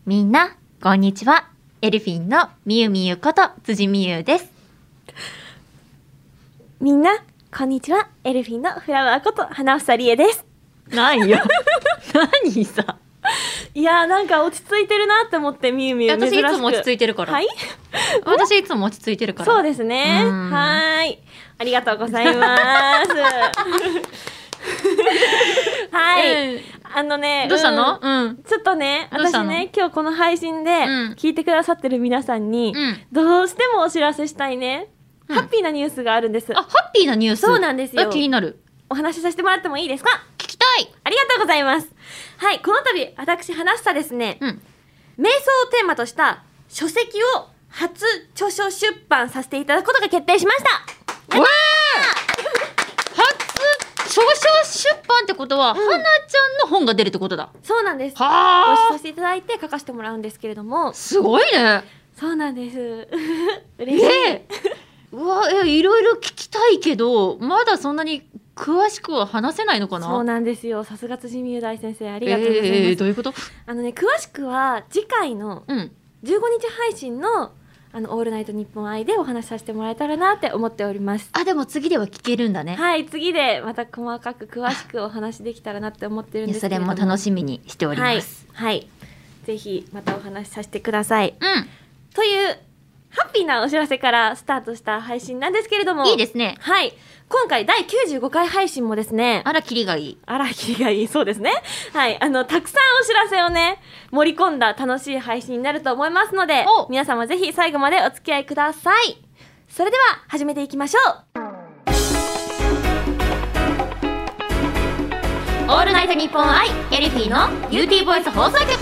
みんなこんにちは。エルフィンのみゆみゆこと辻みゆです。 みんなこんにちは。エルフィンのフラワーこと花房理恵です。 ないよ何さ、 いやーなんか落ち着いてるなって思って、みゆみゆ珍しく。 私いつも落ち着いてるから。はい私いつも落ち着いてるから。 そうですね。はーい、ありがとうございますはい、 どうしたの？ ちょっとね、私ね、今日この配信で聞いてくださってる皆さんに、どうしてもお知らせしたいね、ハッピーなニュースがあるんです。 あ、ハッピーなニュース。 そうなんですよ。 気になる。 お話しさせてもらってもいいですか？ 聞きたい。 ありがとうございます。はい、この度私花房ですね、瞑想をテーマとした書籍を初著書出版させていただくことが決定しました。やった初書出版ってことは、花ちゃんの本が出るってことだ。 そうなんです。 はご一緒させていただいて書かせてもらうんですけれども。 すごいね。 そうなんです嬉しい。 うわ、いろいろ聞きたいけど、まだそんなに詳しくは話せないのかな。 そうなんですよ。さすが辻美優大先生、ありがとうございます。 どういうこと？ 詳しくは次回の15日配信のオールナイトニッポン愛でお話しさせてもらえたらなって思っております。 あ、でも次では聞けるんだね。 はい、次でまた細かく詳しくお話できたらなって思ってるんですけれども、 それも楽しみにしております。 はい、はい、ぜひまたお話しさせてください。というハッピーなお知らせからスタートした配信なんですけれども、 いいですね。 はい、今回第95回配信もですね、 あらキリがいい。 あらキリがいい。そうですね。はい、たくさんお知らせをね盛り込んだ楽しい配信になると思いますので、皆様ぜひ最後までお付き合いください。それでは始めていきましょう。 オールナイトニッポン愛エルフィーのビューティーボイス放送局。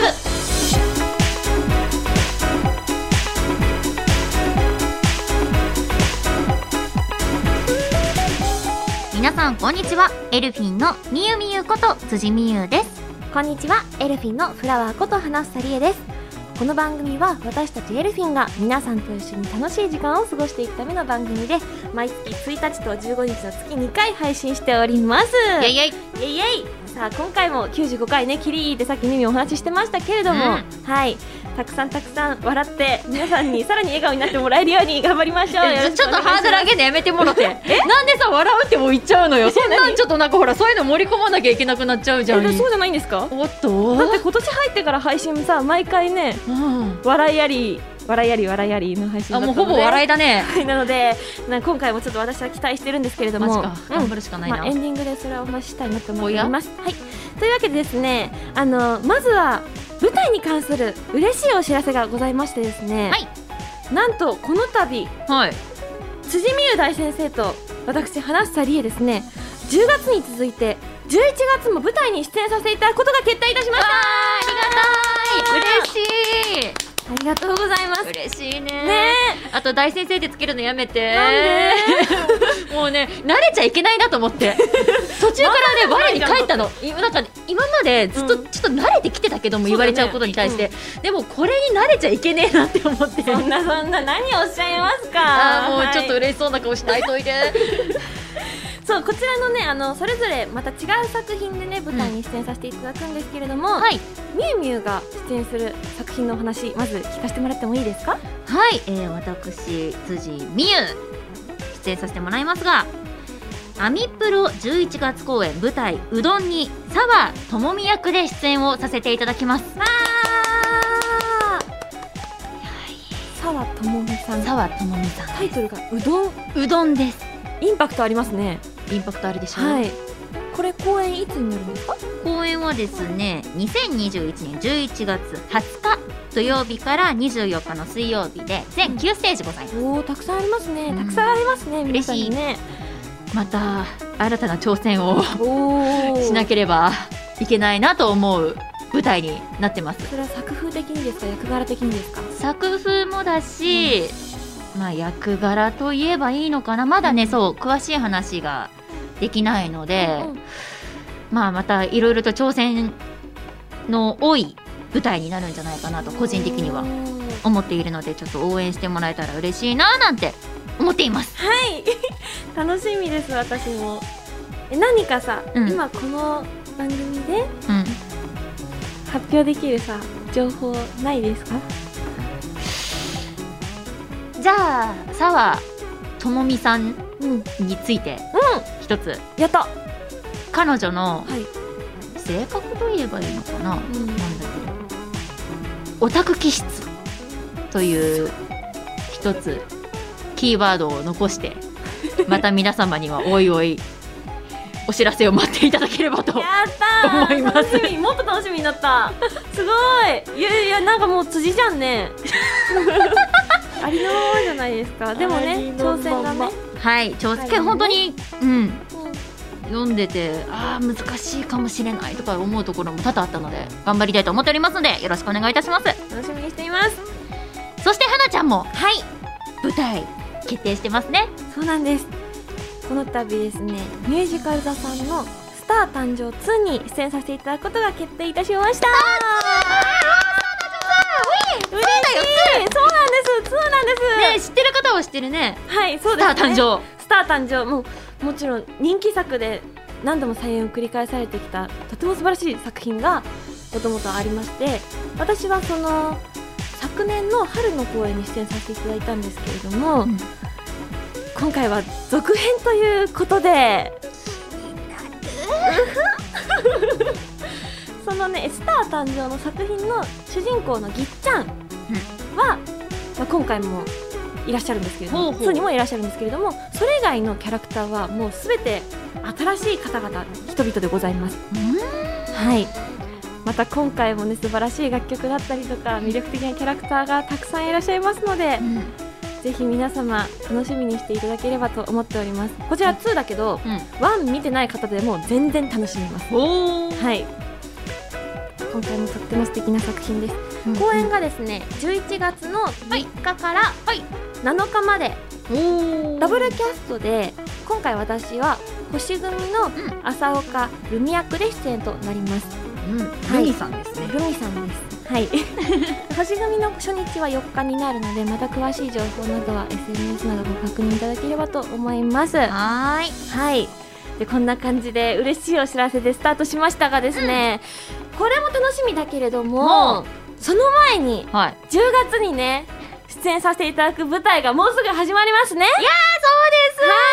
皆さんこんにちは。エルフィンのみゆみゆこと辻みゆです。 こんにちは。エルフィンのフラワーこと花房理恵です。この番組は私たちエルフィンが皆さんと一緒に楽しい時間を過ごしていくための番組で、毎月1日と15日の月2回配信しております。 イエイイエイイエイイエイ。さあ今回も95回ね、キリいいってさっき耳お話ししてましたけれども、はい、たくさん笑って皆さんにさらに笑顔になってもらえるように頑張りましょう。 ちょっとハードル上げるのやめてもろてなんでさ笑うってもう言っちゃうのよ。そんなんちょっとなんかほらそういうの盛り込まなきゃいけなくなっちゃうじゃん。 そうじゃないんですか？ おっと、 だって今年入ってから配信さ毎回ね、笑いありの配信だったので、 もうほぼ笑いだね。 なので今回もちょっと私は期待してるんですけれども、 頑張るしかないな。 エンディングでそれをお話ししたいなと思います。はい、というわけでですね、まずは舞台に関する嬉しいお知らせがございましてですね、はい、なんとこの度、 はい、 辻美優大先生と私花房理恵ですね、10月に続いて11月も舞台に出演させていただくことが決定いたしました。 ありがたい、嬉しい。 ありがとうございます。 嬉しいね。あと大先生ってつけるのやめて。 なんでもうね、慣れちゃいけないなと思って途中からね我に返ったの。なんか今までずっとちょっと慣れてきてたけども、言われちゃうことに対して、でもこれに慣れちゃいけねえなって思って。 そんな何をおっしゃいますか。 もうちょっと嬉しそうな顔しないといてそう、こちらのねそれぞれまた違う作品でね舞台に出演させていただくんですけれども、みゆみゆが出演する作品のお話、まず聞かせてもらってもいいですか？ はい、私辻みゆ出演させてもらいますが、アミプロ11月公演舞台うどんに澤智美役で出演をさせていただきます。 澤智美さん。 澤智美さん。 タイトルがうどんです。 インパクトありますね。 インパクトあるでしょ。 はい。これ公演いつになるんですか？ 公演はですね、2021年11月20日土曜日から24日の水曜日で全9ステージございます。 おお、たくさんありますね。たくさんありますね。 嬉しいね。また新たな挑戦をしなければいけないなと思う舞台になってます。 それは作風的にですか、役柄的にですか？ 作風もだし、役柄といえばいいのかな。まだね、そう詳しい話ができないので、またいろいろと挑戦の多い舞台になるんじゃないかなと個人的には思っているので、ちょっと応援してもらえたら嬉しいななんて思っています。 はい楽しみです。私も何かさ、今この番組で発表できるさ情報ないですか？ じゃあ澤智美さんうんについて一つ、 やった。 彼女のはい性格と言えばいいのかな、 うんなんだけどオタク気質という一つキーワードを残してまた皆様にはおいおいお知らせを待っていただければとやったー思います。 楽しみ、もっと楽しみになった。すごい。いやいや、なんかもう辻じゃんねありのままじゃないですか。でもね、挑戦がね、 はい挑戦、 はい本当に、読んでて難しいかもしれないとか思うところも多々あったので頑張りたいと思っておりますのでよろしくお願いいたします。 楽しみにしています。 そして花ちゃんもはい、 舞台決定してますね。 そうなんです。この度ですね、ミュージカル座さんのスター誕生2に出演させていただくことが決定いたしました。嬉しい。そうなんです、そうなんです。 ね知ってる方は知ってるね。 はい、そうですね。 スター誕生、 スター誕生、もちろん人気作で何度も再演を繰り返されてきたとても素晴らしい作品がもともとありまして、私はその昨年の春の公演に出演させていただいたんですけれども、今回は続編ということでそのね、スター誕生の作品の主人公のぎっちゃんは、今回もいらっしゃるんですけれども、2にもいらっしゃるんですけれども、それ以外のキャラクターはもうすべて新しい方々、人々でございます。はい、また今回もね、素晴らしい楽曲だったりとか魅力的なキャラクターがたくさんいらっしゃいますので、ぜひ皆様楽しみにしていただければと思っております。こちら2だけど、1見てない方でも全然楽しめます。はい、今回もとっても素敵な作品です。公演がですね、11月の3日から7日まで、ダブルキャストで、今回私は星組の浅岡ルミ役で出演となります。 ルミさんですね。 ルミさんです。はい。星組の初日は4日になるので、また詳しい情報などは SNS などご確認いただければと思います。はい。で、こんな感じで嬉しいお知らせでスタートしましたがですね、これも楽しみだけれども、その前に、10月にね、出演させていただく舞台がもうすぐ始まりますね。いやー、そうです。はい。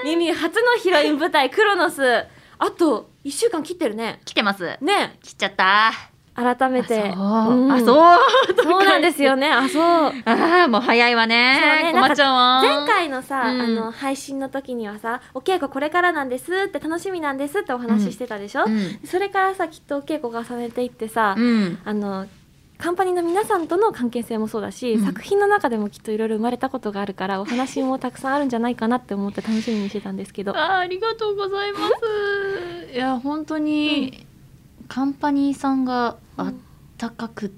ミミ初のヒロイン舞台クロノス、あと1週間切ってるね。 来てますね。 切っちゃった。 改めて、 そうなんですよね。 もう早いわね。困っちゃうわ。 前回のさ、配信の時にはさ、お稽古これからなんですって、楽しみなんですってお話ししてたでしょ。それからさ、きっとお稽古重ねていってさ、カンパニーの皆さんとの関係性もそうだし、作品の中でもきっといろいろ生まれたことがあるから、お話もたくさんあるんじゃないかなって思って楽しみにしてたんですけど。 ありがとうございます。いや本当に、カンパニーさんがあったかくって、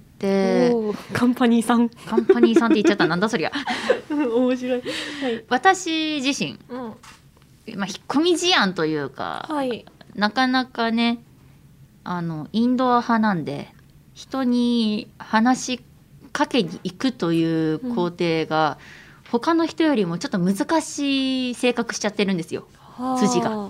カンパニーさんって言っちゃったなんだそりゃ面白い。 私自身、引っ込み思案というか、なかなかね、インドア派なんで、人に話しかけに行くという工程が、他の人よりもちょっと難しい性格しちゃってるんですよ、辻が。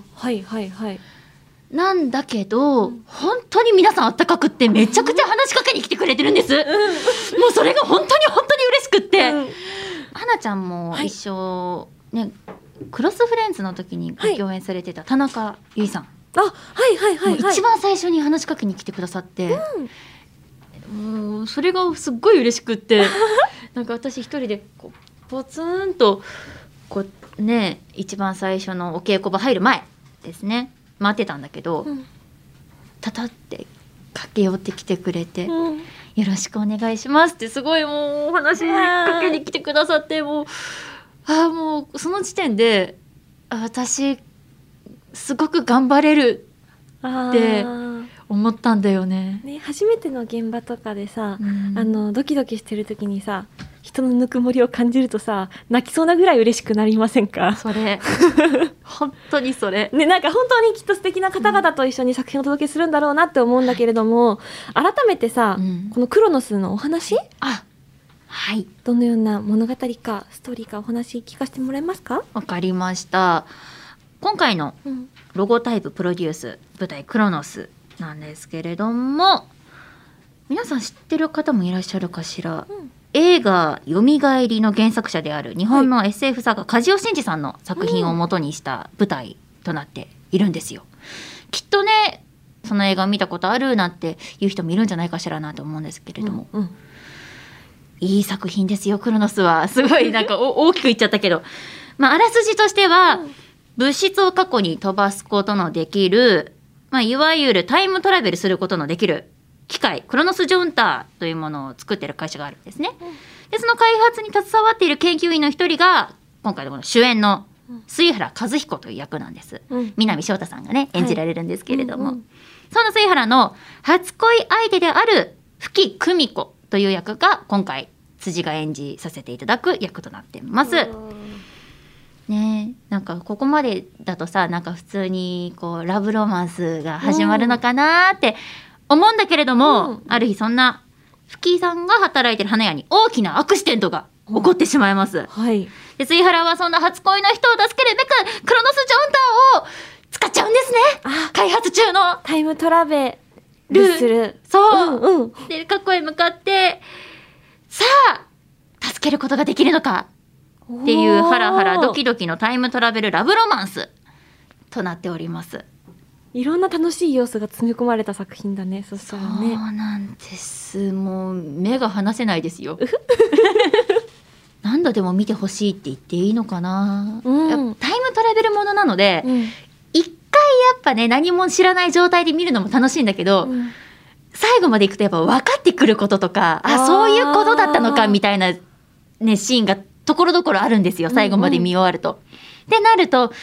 なんだけど、本当に皆さんあったかくってめちゃくちゃ話しかけに来てくれてるんです、もうそれが本当に嬉しくって、花ちゃんも一緒、ね、クロスフレンズの時にご共演されてた田中由衣さん、一番最初に話しかけに来てくださって、もうそれがすっごい嬉しくってなんか私一人でこうポツンとこうね、一番最初のお稽古場入る前ですね、待ってたんだけど、たたって駆け寄ってきてくれて、よろしくお願いしますってすごいもうお話しかけに来てくださって、もうその時点で私すごく頑張れるって思ったんだよね。 初めての現場とかでさ、ドキドキしてる時にさ、人のぬくもりを感じるとさ、泣きそうなぐらい嬉しくなりませんか？ それ本当にそれね、なんか本当にきっと素敵な方々と一緒に作品をお届けするんだろうなって思うんだけれども、改めてさ、このクロノスのお話、どのような物語かストーリーかお話聞かせてもらえますか？ わかりました。今回のロゴタイププロデュース舞台クロノスなんですけれども、 皆さん知ってる方もいらっしゃるかしら、 うん映画「よみがえり」の原作者である日本の SF 作家梶尾真二さんの作品を元にした舞台となっているんですよ。きっとねその映画を見たことあるなんていう人もいるんじゃないかしらなと思うんですけれども、 うんいい作品ですよクロノスは。すごいなんか大きく言っちゃったけど、まあ、あらすじとしては、物質を過去に飛ばすことのできる、まあ、いわゆるタイムトラベルすることのできる機械クロノスジョンターというものを作っている会社があるんですね。でその開発に携わっている研究員の一人が今回のこの主演の杉原和彦という役なんです。南翔太さんがね演じられるんですけれども、その杉原の初恋相手である吹久美子という役が今回辻が演じさせていただく役となっています。ね、なんかここまでだとさなんか普通にこうラブロマンスが始まるのかなって思うんだけれども、ある日そんな吹さんが働いてる花屋に大きなアクシデントが起こってしまいます。で杉原はそんな初恋の人を助けるべくクロノスジョンターを使っちゃうんですね。開発中のタイムトラベルする。 そう、で過去へ向かってさあ助けることができるのかっていうハラハラドキドキのタイムトラベルラブロマンスとなっております。 いろんな楽しい要素が詰め込まれた作品だね。そしたらね。 そうなんです。もう目が離せないですよ。何度でも見てほしいって言っていいのかな、タイムトラベルものなので、一回やっぱね何も知らない状態で見るのも楽しいんだけど、最後までいくとやっぱ分かってくることとかそういうことだったのかみたいな、ね、シーンがところどころあるんですよ最後まで見終わると。ってなると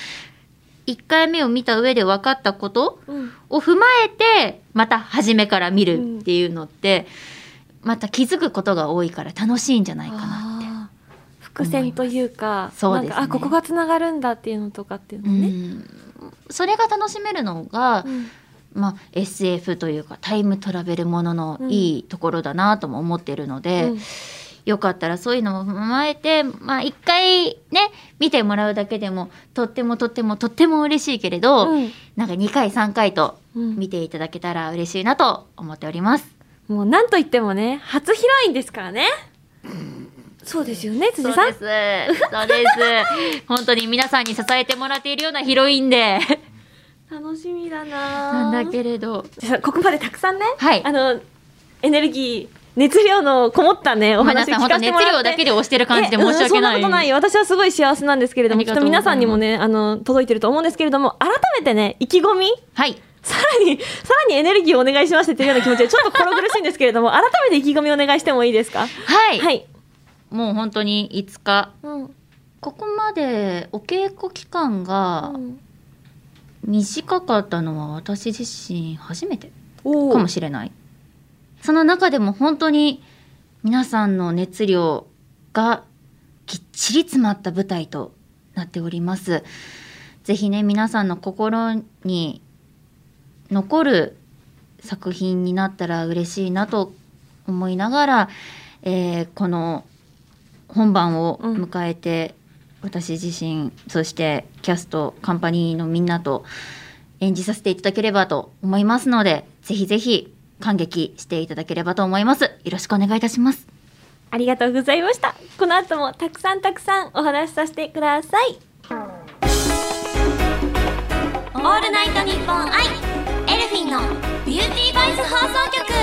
1回目を見た上で分かったことを踏まえてまた初めから見るっていうのって、また気づくことが多いから楽しいんじゃないかなって。 伏線というか、 そうですね、 なんかここがつながるんだっていうのとかっていうのね、 それが楽しめるのが、まあ、SF というかタイムトラベルもののいいところだなとも思っているので、よかったらそういうのも踏まえて、まあ、一回ね見てもらうだけでもとっても嬉しいけれど、なんか2回3回と見ていただけたら嬉しいなと思っております。 もうなんといってもね初ヒロインですからね。そうですよね辻さん。 そうです本当に皆さんに支えてもらっているようなヒロインで楽しみだな。 なんだけれどここまでたくさんね、 はい、 エネルギー熱量のこもったねお話を聞かせてもらって、 熱量だけで押してる感じで申し訳ない。 そんなことないよ。私はすごい幸せなんですけれども、きっと皆さんにもね届いてると思うんですけれども、改めてね意気込み、 はい、 さらにエネルギーをお願いしますっていうような気持ちでちょっと心苦しいんですけれども改めて意気込みお願いしてもいいですか。 はい、もう本当に5日、ここまでお稽古期間が短かったのは私自身初めてかもしれない。その中でも本当に皆さんの熱量がきっちり詰まった舞台となっております。ぜひね皆さんの心に残る作品になったら嬉しいなと思いながら、この本番を迎えて、私自身そしてキャストカンパニーのみんなと演じさせていただければと思いますので、ぜひぜひ感激していただければと思います。よろしくお願いいたします。 ありがとうございました。この後もたくさんお話しさせてください。オールナイトニッポンアイエルフィンのビューティーバイス放送局。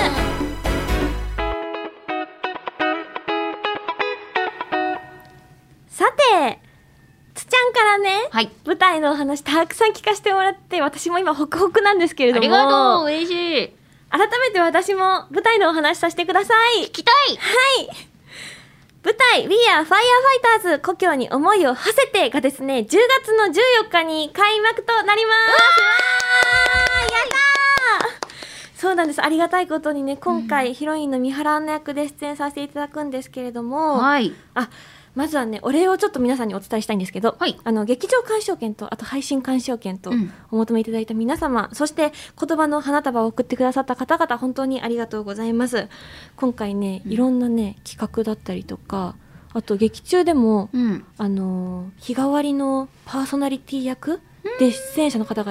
さてつちゃんからね、舞台のお話たくさん聞かせてもらって、私も今ホクホクなんですけれども、 ありがとう、嬉しい。 改めて私も舞台のお話させてください。 聞きたい。 はい、舞台 We Are Firefighters 故郷に思いを馳せてがですね10月の14日に開幕となります。やったー。そうなんです。ありがたいことにね今回、ヒロインの三原アンナ役で出演させていただくんですけれども、まずはねお礼をちょっと皆さんにお伝えしたいんですけど、劇場鑑賞券とあと配信鑑賞券とお求めいただいた皆様、そして言葉の花束を送ってくださった方々本当にありがとうございます。今回ねいろんなね企画だったりとか、あと劇中でも、日替わりのパーソナリティ役で出演者の方が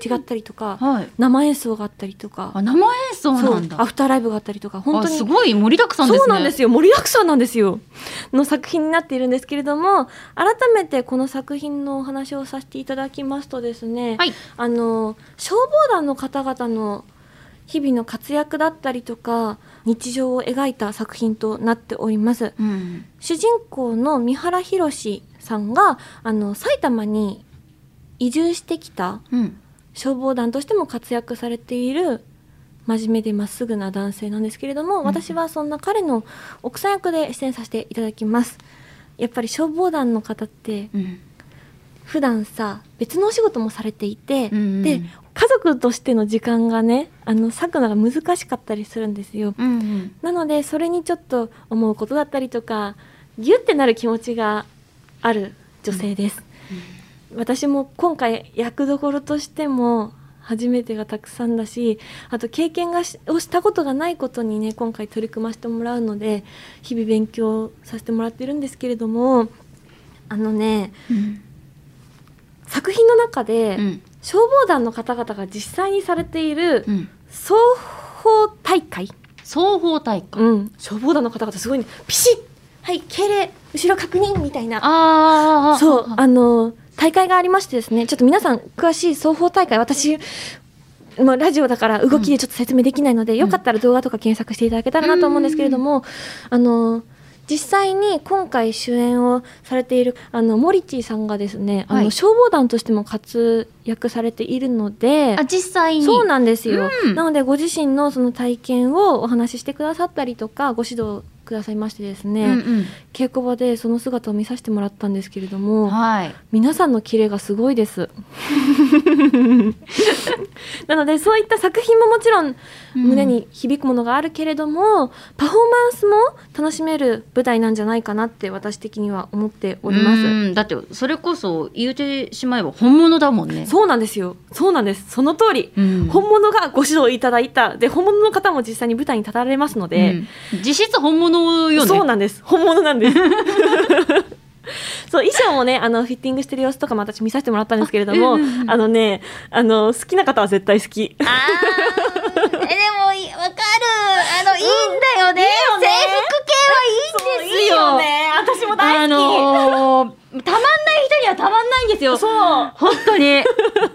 違ったりとか、 はい、 生演奏があったりとか、 生演奏なんだ。 アフターライブがあったりとか、本当にすごい盛りだくさんですね。 そうなんですよ、盛りだくさんなんですよの作品になっているんですけれども、改めてこの作品のお話をさせていただきますとですね、 はい、 消防団の方々の日々の活躍だったりとか日常を描いた作品となっております、うん、主人公の三原宏さんが埼玉に移住してきた、うん、消防団としても活躍されている真面目でまっすぐな男性なんですけれども、うん、私はそんな彼の奥さん役で出演させていただきます。やっぱり消防団の方って、うん、普段さ別のお仕事もされていて、うんうん、で家族としての時間がね割くのが難しかったりするんですよ、うんうん、なのでそれにちょっと思うことだったりとかギュッてなる気持ちがある女性です、うんうん、私も今回役どころとしても初めてがたくさんだし、あと経験をしたことがないことにね今回取り組ませてもらうので日々勉強させてもらってるんですけれども、うん、作品の中で、うん、消防団の方々が実際にされている双方大会、うん、消防団の方々すごい、ね、ピシッ、はい敬礼後ろ確認みたいな、そう大会がありましてですね、ちょっと皆さん詳しい双方大会、私もラジオだから動きでちょっと説明できないので、よかったら動画とか検索していただけたらなと思うんですけれども、実際に今回主演をされているモリチーさんがですね、はい、消防団としても活躍されているので、 実際にそうなんですよ、うん、なのでご自身のその体験をお話ししてくださったりとかご指導くださいましてですね、うんうん、稽古場でその姿を見させてもらったんですけれども、はい、皆さんのキレがすごいですなのでそういった作品ももちろん胸に響くものがあるけれども、パフォーマンスも楽しめる舞台なんじゃないかなって私的には思っております。 だってそれこそ言うてしまえば本物だもんね。 そうなんですよ、そうなんです、その通り、本物がご指導いただいたで、本物の方も実際に舞台に立たれますので、 実質本物よね。 そうなんです、本物なんですそう衣装もねフィッティングしてる様子とかも私見させてもらったんですけれども、好きな方は絶対好き。 でも分かる、いいんだよね、制服系はいいんですよ。いいよね、 私も大好き。 たまんない人にはたまんないんですよ。そう本当に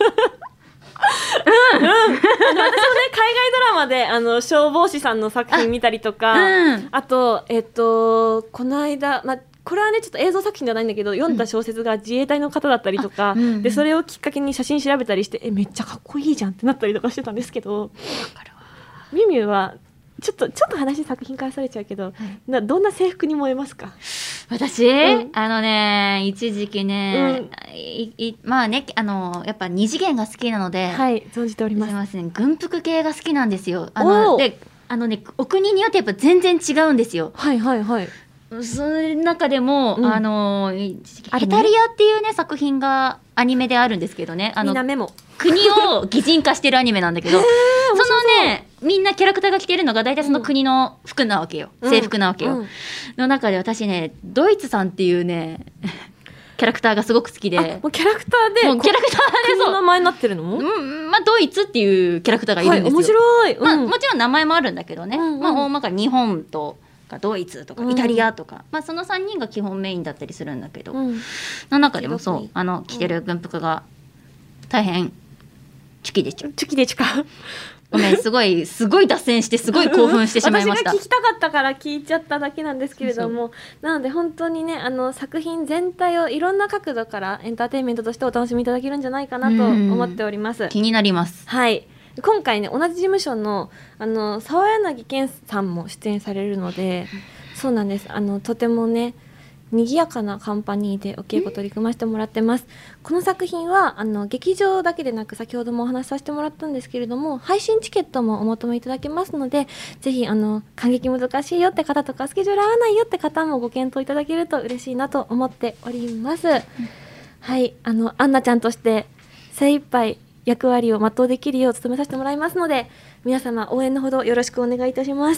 私もね海外ドラマで消防士さんの作品見たりとか、あとこの間、これはねちょっと映像作品ではないんだけど、読んだ小説が自衛隊の方だったりとか、でそれをきっかけに写真調べたりしてめっちゃかっこいいじゃんってなったりとかしてたんですけど、ミュウミュウはちょっと話作品からされちゃうけど、どんな制服に燃えますか？ 私、一時期ね、まあねやっぱ二次元が好きなので、 はい、存じております。 すいません、軍服系が好きなんですよ。でお国によってやっぱ全然違うんですよ。 はいはいはい。 その中でも、ヘタリアっていうね作品がアニメであるんですけどね、 みんなメモ国を擬人化してるアニメなんだけどそのねみんなキャラクターが着てるのが大体その国の服なわけよ、制服なわけよ、の中で私ねドイツさんっていうねキャラクターがすごく好きで、 もうキャラクターで国の名前になってるの？ ドイツっていうキャラクターがいるんですよ。 面白い、 もちろん名前もあるんだけどね、大まか日本とドイツとかイタリアとか、その3人が基本メインだったりするんだけど、の中でもそう着てる軍服が大変チュキでちゅごめん、すごい脱線してすごい興奮してしまいました。 私が聞きたかったから聞いちゃっただけなんですけれども、なので本当にね作品全体をいろんな角度からエンターテインメントとしてお楽しみいただけるんじゃないかなと思っております。 気になります。 はい、今回ね同じ事務所の沢柳健さんも出演されるので、そうなんです、とてもね賑やかなカンパニーでお稽古取り組ませてもらってます。この作品は劇場だけでなく先ほどもお話しさせてもらったんですけれども、配信チケットもお求めいただけますので、ぜひ観劇難しいよって方とかスケジュール合わないよって方もご検討いただけると嬉しいなと思っております、はい、アンナちゃんとして精一杯役割を全うできるよう努めさせてもらいますので、皆様応援のほどよろしくお願いいたします。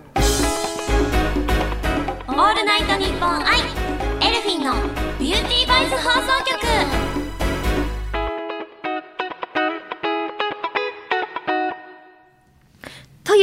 オールナイトニッポンアイエルフィンのビューティーバイス放送局。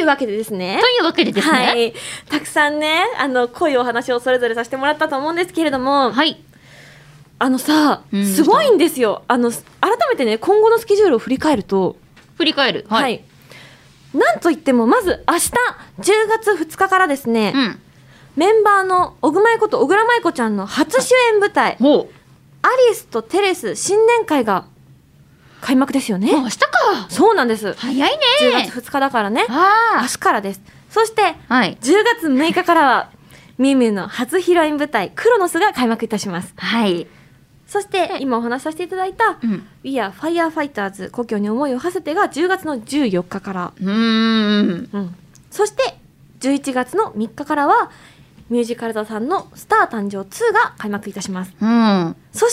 わけでですね。 というわけでですね。 はい。たくさんね、濃いお話をそれぞれさせてもらったと思うんですけれども、 はい。 すごいんですよ。改めてね、今後のスケジュールを振り返ると、 振り返る。 はい。なんといっても、まず明日、10月2日からですね、メンバーの小倉舞子ちゃんの初主演舞台、アリスとテレス新年会が開幕ですよね。 もう明日か。 そうなんです。 早いね。 10月2日だからね。明日からです。そして、10月6日からは、みゆみゆの初ヒロイン舞台、クロノスが開幕いたします。 はい。 そして、今お話しさせていただいた、We Are Firefighters 故郷に思いを馳せてが10月の14日から。そして、11月の3日からは、ミュージカル座さんのスター誕生2が開幕いたします。そして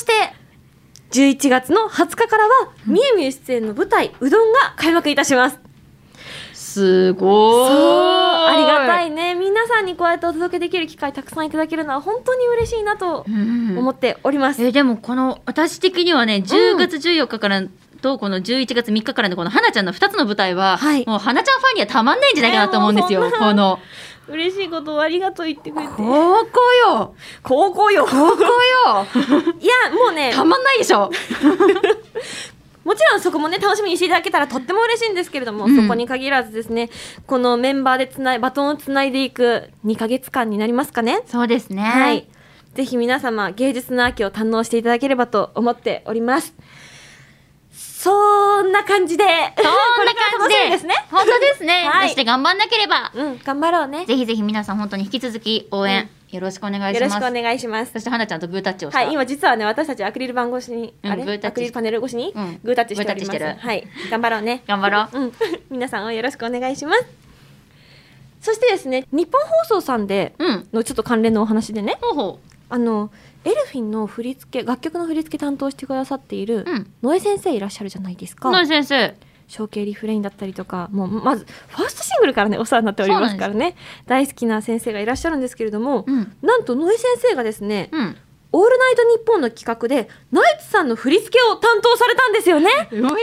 、11月の20日からは、みゆみゆ出演の舞台、うどんが開幕いたします。 すごーい。そう、 ありがたいね。皆さんにこうやってお届けできる機会たくさんいただけるのは本当に嬉しいなと思っております。 でも私的にはね、10月14日からとこの11月3日からのこの花ちゃんの2つの舞台は、もう花ちゃんファンにはたまんないんじゃないかなと思うんですよ。 嬉しいことをありがとう言ってくれて。 高校よ。いや、 もうね。 たまんないでしょ。 もちろんそこもね、楽しみにしていただけたらとっても嬉しいんですけれども、そこに限らずですね、このメンバーでバトンをつないでいく2ヶ月間になりますかね。 そうですね。 はい。ぜひ皆様、芸術の秋を堪能していただければと思っております。そんな感じで。 ですね。本当ですね。そして頑張んなければ。 頑張ろうね。 ぜひぜひ皆さん本当に引き続き応援よろしくお願いします。 よろしくお願いします。 そして花ちゃんとグータッチをした。 はい、今実はね、私たちアクリル板越しに、アクリルパネル越しにグータッチしております。はい、頑張ろうね。 頑張ろう。 皆さんをよろしくお願いします。そしてですね、日本放送さんでのちょっと関連のお話でね、エルフィンの振り付け、楽曲の振り付け担当してくださっている野江先生いらっしゃるじゃないですか。 野江先生。 象形リフレインだったりとか、もうまずファーストシングルからねお世話になっておりますからね、大好きな先生がいらっしゃるんですけれども、なんと野江先生がですね、オールナイトニッポンの企画でナイツさんの振り付けを担当されたんですよね。すごいよね。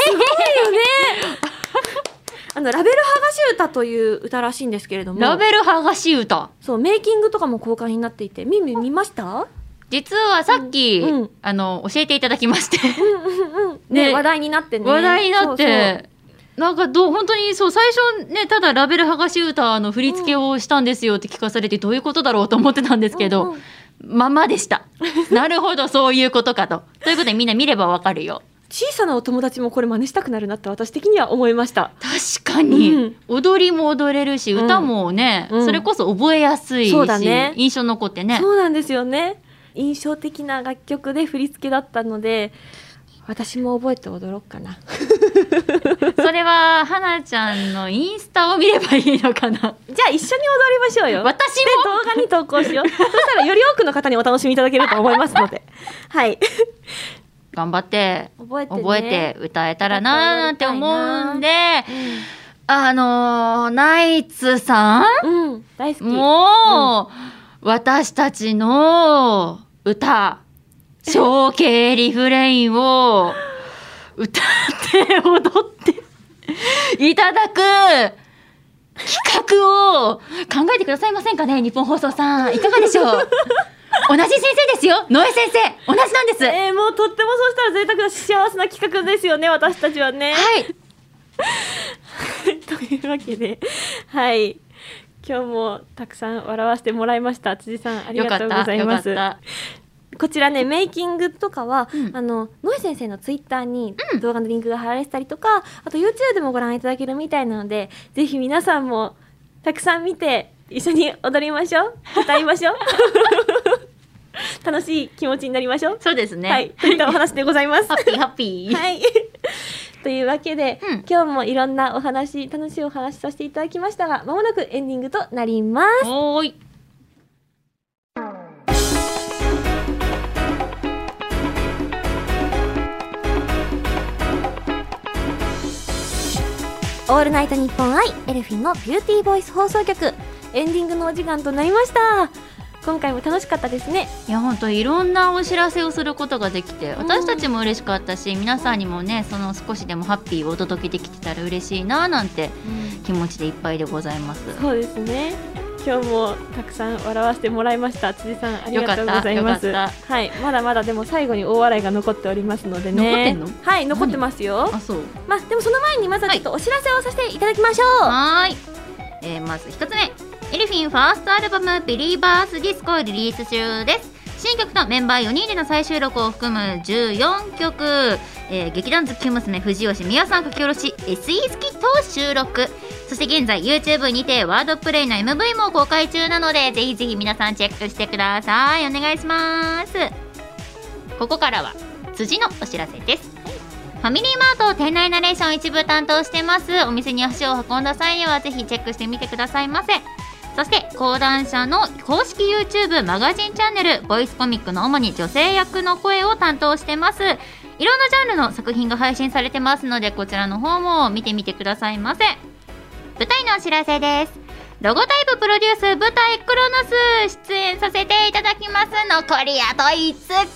ラベル剥がし歌という歌らしいんですけれども、 ラベル剥がし歌、 そうメイキングとかも公開になっていて、見ました？ 実はさっき、教えていただきましてね、話題になってね。 話題になって、なんか本当にそう最初ね、ただラベル剥がし歌の振り付けをしたんですよって聞かされて、どういうことだろうと思ってたんですけど、ままでした。なるほど、そういうことかと。ということでみんな見ればわかるよ。 小さなお友達もこれ真似したくなるなって私的には思いました。 確かに、踊りも踊れるし、歌もね、それこそ覚えやすいし、印象残ってね。 そうなんですよね。印象的な楽曲で振り付けだったので、私も覚えて踊ろうかな。 それは花ちゃんのインスタを見ればいいのかな。じゃあ一緒に踊りましょうよ。 私も動画に投稿しよう。そしたらより多くの方にお楽しみいただけると思いますので、はい。 頑張って覚えて歌えたらなーなんて思うんで、ナイツさん、 大好き。 もう、私たちの歌、象形リフレインを歌って踊っていただく企画を考えてくださいませんかね、日本放送さん。いかがでしょう。同じ先生ですよ、野江先生、同じなんです。 もうとってもそうしたら贅沢な幸せな企画ですよね、私たちはね。 はいというわけで、はい、今日もたくさん笑わせてもらいました。辻さんありがとうございます。こちらね、メイキングとかは、野江先生のツイッターに動画のリンクが貼られてたりとか、あと YouTube でもご覧いただけるみたいなので、ぜひ皆さんもたくさん見て一緒に踊りましょう、歌いましょう。楽しい気持ちになりましょう。 そうですね。 はい、といったお話でございます。 ハッピーハッピー。 はい。というわけで、今日もいろんなお話、楽しいお話させていただきましたが、まもなくエンディングとなります。 おーい。 オールナイトニッポン愛エルフィンのビューティーボイス放送局、エンディングのお時間となりました。 今回も楽しかったですね。 いや本当いろんなお知らせをすることができて、私たちも嬉しかったし、皆さんにもねその少しでもハッピーをお届けできてたら嬉しいななんて気持ちでいっぱいでございます。 そうですね。今日もたくさん笑わせてもらいました。辻さんありがとうございます。はい、まだまだでも最後に大笑いが残っておりますのでね。 残ってんの？ はい、残ってますよ。 あ、そう。 でもその前にまずはちょっとお知らせをさせていただきましょう。 はい。まず一つ目、エルフィンファーストアルバムビリーバースディスコリリース中です。新曲とメンバー4人での再収録を含む14曲、劇団ズッキュン娘藤吉美也さん書き下ろし SE スキットを収録。そして現在 YouTube にてワードプレイの MV も公開中なので、ぜひぜひ皆さんチェックしてください。お願いします。ここからは辻のお知らせです。ファミリーマート店内ナレーション一部担当してます。お店に足を運んだ際にはぜひチェックしてみてくださいませ。そして講談社の公式 YouTube マガジンチャンネルボイスコミックの主に女性役の声を担当してます。いろんなジャンルの作品が配信されてますので、こちらの方も見てみてくださいませ。舞台のお知らせです。ロゴタイププロデュース舞台クロノス出演させていただきます。残りあと5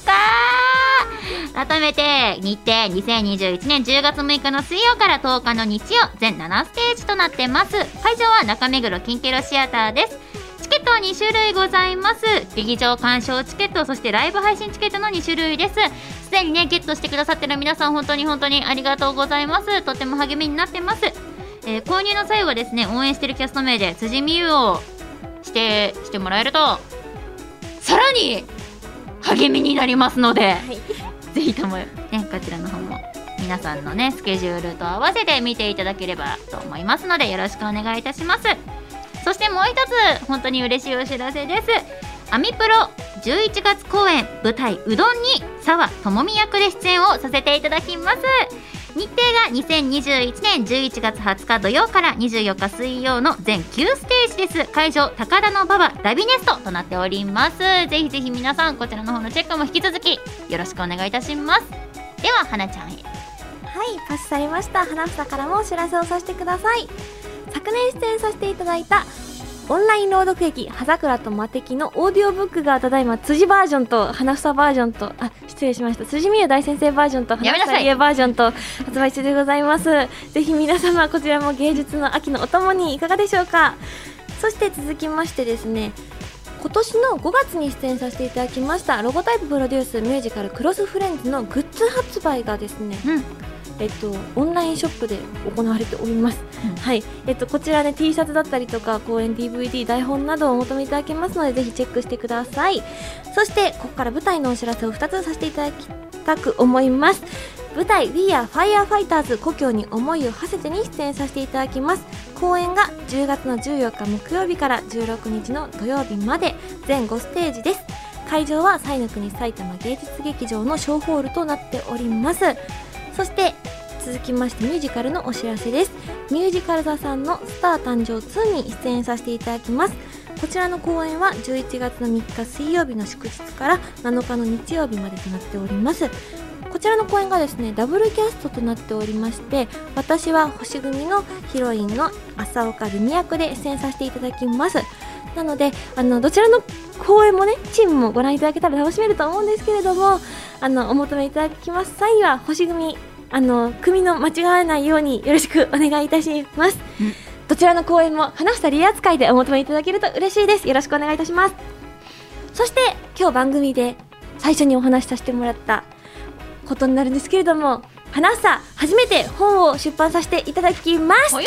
日。改めて日程2021年10月6日の水曜から10日の日曜、全7ステージとなってます。会場は中目黒キンケロシアターです。チケットは2種類ございます。劇場鑑賞チケット、そしてライブ配信チケットの2種類です。すでにねゲットしてくださってる皆さん本当に本当にありがとうございます。とても励みになってます。購入の際はですね、応援してるキャスト名で辻美優をしてもらえるとさらに励みになりますので、ぜひともねこちらの方も皆さんのねスケジュールと合わせて見ていただければと思いますので、よろしくお願いいたします。そしてもう一つ本当に嬉しいお知らせです。アミプロ11月公演舞台うどんに澤智美役で出演をさせていただきます。日程が2021年11月20日土曜から24日水曜の全9ステージです。会場高田馬場ラビネストとなっております。ぜひぜひ皆さんこちらの方のチェックも引き続きよろしくお願いいたします。では花ちゃんへ。 はい、パスされました。花房からもお知らせをさせてください。昨年出演させていただいたオンライン朗読劇葉桜と魔敵のオーディオブックがただいま辻バージョンと花房バージョンと失礼しました、辻美優大先生バージョンと花房理恵バージョンと発売中でございます。ぜひ皆様こちらも芸術の秋のお供にいかがでしょうか。そして続きましてですね、今年の5月に出演させていただきましたロゴタイププロデュースミュージカルクロスフレンズのグッズ発売がですね、オンラインショップで行われております。はい、こちらね T シャツだったりとか公演 DVD 台本などをお求めいただけますので、ぜひチェックしてください。そしてここから舞台のお知らせを2つさせていただきたく思います。舞台 We Are Firefighters 故郷に思いを馳せてに出演させていただきます。公演が10月の14日木曜日から16日の土曜日まで全5ステージです。会場は彩の国埼玉芸術劇場の小ホールとなっております。そして続きましてミュージカルのお知らせです。ミュージカル座さんのスター誕生2に出演させていただきます。こちらの公演は11月の3日水曜日の祝日から7日の日曜日までとなっております。こちらの公演がですねダブルキャストとなっておりまして、私は星組のヒロインの浅岡ルミ役で出演させていただきます。なのでどちらの公演もねチームもご覧いただけたら楽しめると思うんですけれども、お求めいただきます際には星組組の間違わないようによろしくお願いいたします。どちらの公演も花房理恵扱いでお求めいただけると嬉しいです。よろしくお願いいたします。そして今日番組で最初にお話しさせてもらったことになるんですけれども、花房初めて本を出版させていただきます。詳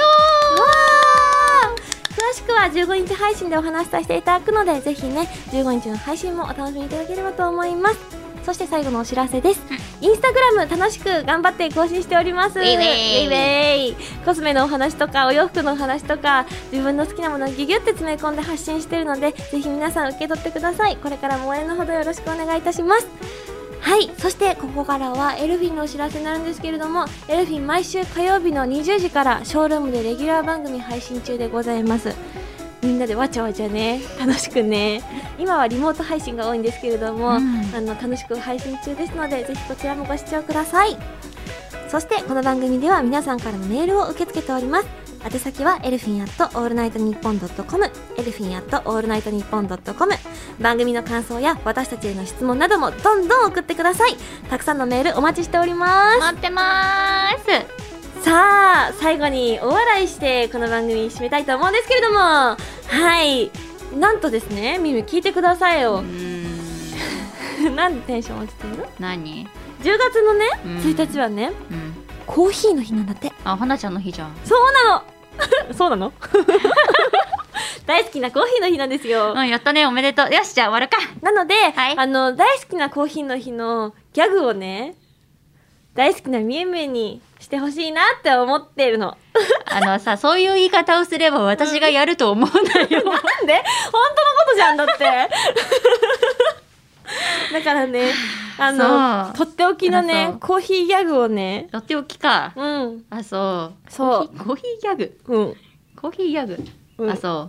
しくは15日配信でお話しさせていただくので、ぜひね15日の配信もお楽しみいただければと思います。そして最後のお知らせです。インスタグラム楽しく頑張って更新しております。コスメのお話とかお洋服のお話とか自分の好きなものをギュギュって詰め込んで発信しているので、ぜひ皆さん受け取ってください。これからも応援のほどよろしくお願いいたします。はい、そしてここからはエルフィンのお知らせになるんですけれども、エルフィン毎週火曜日の20時からショールームでレギュラー番組配信中でございます。みんなでわちゃわちゃね楽しくね、今はリモート配信が多いんですけれども、楽しく配信中ですので、ぜひこちらもご視聴ください。そしてこの番組では皆さんからのメールを受け付けております。 宛先はエルフィンアットオールナイトニッポンドットコム、エルフィンアットオールナイトニッポンドットコム。番組の感想や私たちへの質問などもどんどん送ってください。たくさんのメールお待ちしております。 待ってまーす。 さあ最後にお笑いしてこの番組締めたいと思うんですけれども、はい、なんとですね、ミミ聞いてくださいよ。なんでテンション落ちてるの？ 何？ 10月のね、1日はね、コーヒーの日なんだって。 あ、花ちゃんの日じゃん。 そうなのそうなの大好きなコーヒーの日なんですよ。 やったね、おめでとう。よし、じゃあ終わるか。 なので、 はい、 大好きなコーヒーの日のギャグをね、大好きなみえみえにしてほしいなって思ってるの。 さ、そういう言い方をすれば私がやると思うなよ。 なんで？本当のことじゃんだってだからね、とっておきのね、コーヒーギャグをね。 とっておきか。あ、そう。コーヒーギャグ。コーヒーギャグ。あ、そう。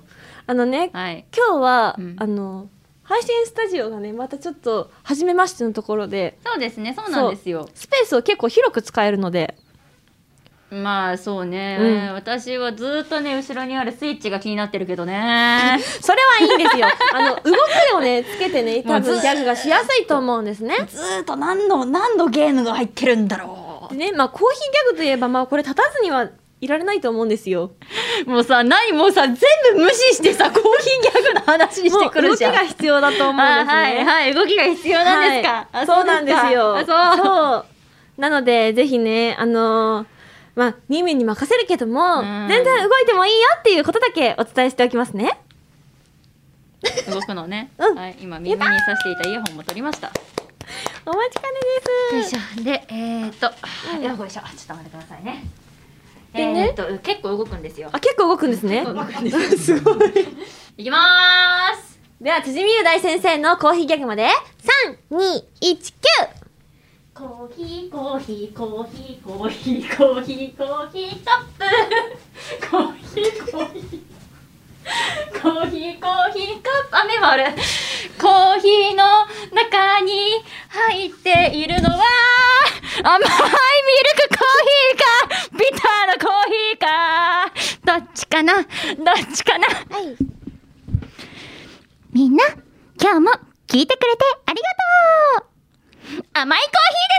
ね、今日は、配信スタジオがね、またちょっと初めましてのところで。 そうですね、そうなんですよ。 スペースを結構広く使えるので。 まあそうね、私はずっとね後ろにあるスイッチが気になってるけどねそれはいいんですよ。動きをねつけてね、多分ギャグがしやすいと思うんですね。 ずっと何のゲームが入ってるんだろうね。まあコーヒーギャグといえば、まあこれ立たずにはいられないと思うんですよ。 もうさ、全部無視してさ、コーヒーギャグの話にしてくるじゃん。 動きが必要だと思うんですね。 はいはい、動きが必要なんですか。 そうなんですよ。そうなのでぜひね、まあ、みみに任せるけども、全然動いてもいいよっていうことだけお伝えしておきますね。 動くのね。はい、今耳にさしていたイヤホンも取りました。 お待ちかねです。 よいしょ。で、よいしょ。ちょっと待ってくださいね。結構動くんですよ。 あ、結構動くんですね。 すごい。いきまーす。 では、辻美優大先生のコーヒーギャグまで、3、2、1、9。 コーヒーコーヒーコーヒーコーヒーコーヒーコーヒーカップコーヒーコーヒーコーヒーコーヒーカップ、雨もある。コーヒーの中に入っているのは甘いミルクコーヒーかビターなコーヒーか、どっちかなどっちかな。 はい、 みんな今日も聞いてくれてありがとう。甘いコーヒ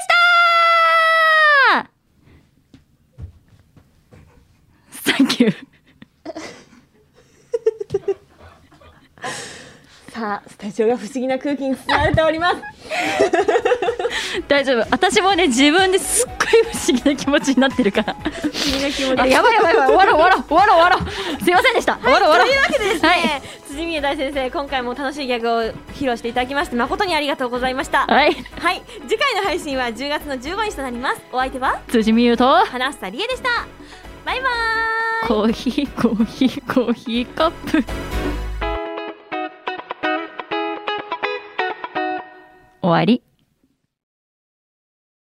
ーでした。サンキュー。 さあ、スタジオが不思議な空気に包まれております。 大丈夫、私もね自分ですっごい不思議な気持ちになってるから。不思議な気持ち。やばい終わろう。すいませんでした。終わろう。 というわけでですね、辻美優大先生、今回も楽しいギャグを披露していただきまして誠にありがとうございました。はい、次回の配信は10月の15日となります。お相手は辻美優と花房理恵でした。バイバーイ。 コーヒーカップ。終わり。